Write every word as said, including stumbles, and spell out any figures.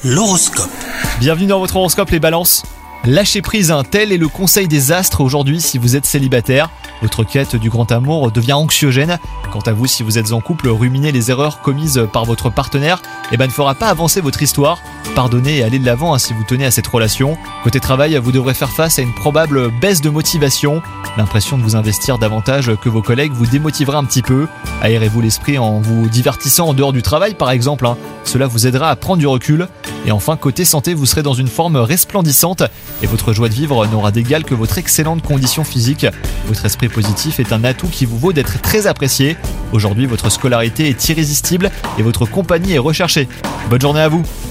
L'horoscope. Bienvenue dans votre horoscope les balances. Lâchez prise, un tel est le conseil des astres aujourd'hui si vous êtes célibataire. Votre quête du grand amour devient anxiogène. Quant à vous, si vous êtes en couple, ruminer les erreurs commises par votre partenaire eh ben, ne fera pas avancer votre histoire. Pardonnez et allez de l'avant hein, si vous tenez à cette relation. Côté travail, vous devrez faire face à une probable baisse de motivation. L'impression de vous investir davantage que vos collègues vous démotivera un petit peu. Aérez-vous l'esprit en vous divertissant en dehors du travail par exemple. Hein. Cela vous aidera à prendre du recul. Et enfin, côté santé, vous serez dans une forme resplendissante et votre joie de vivre n'aura d'égal que votre excellente condition physique. Votre esprit positif est un atout qui vous vaut d'être très apprécié. Aujourd'hui, votre scolarité est irrésistible et votre compagnie est recherchée. Bonne journée à vous!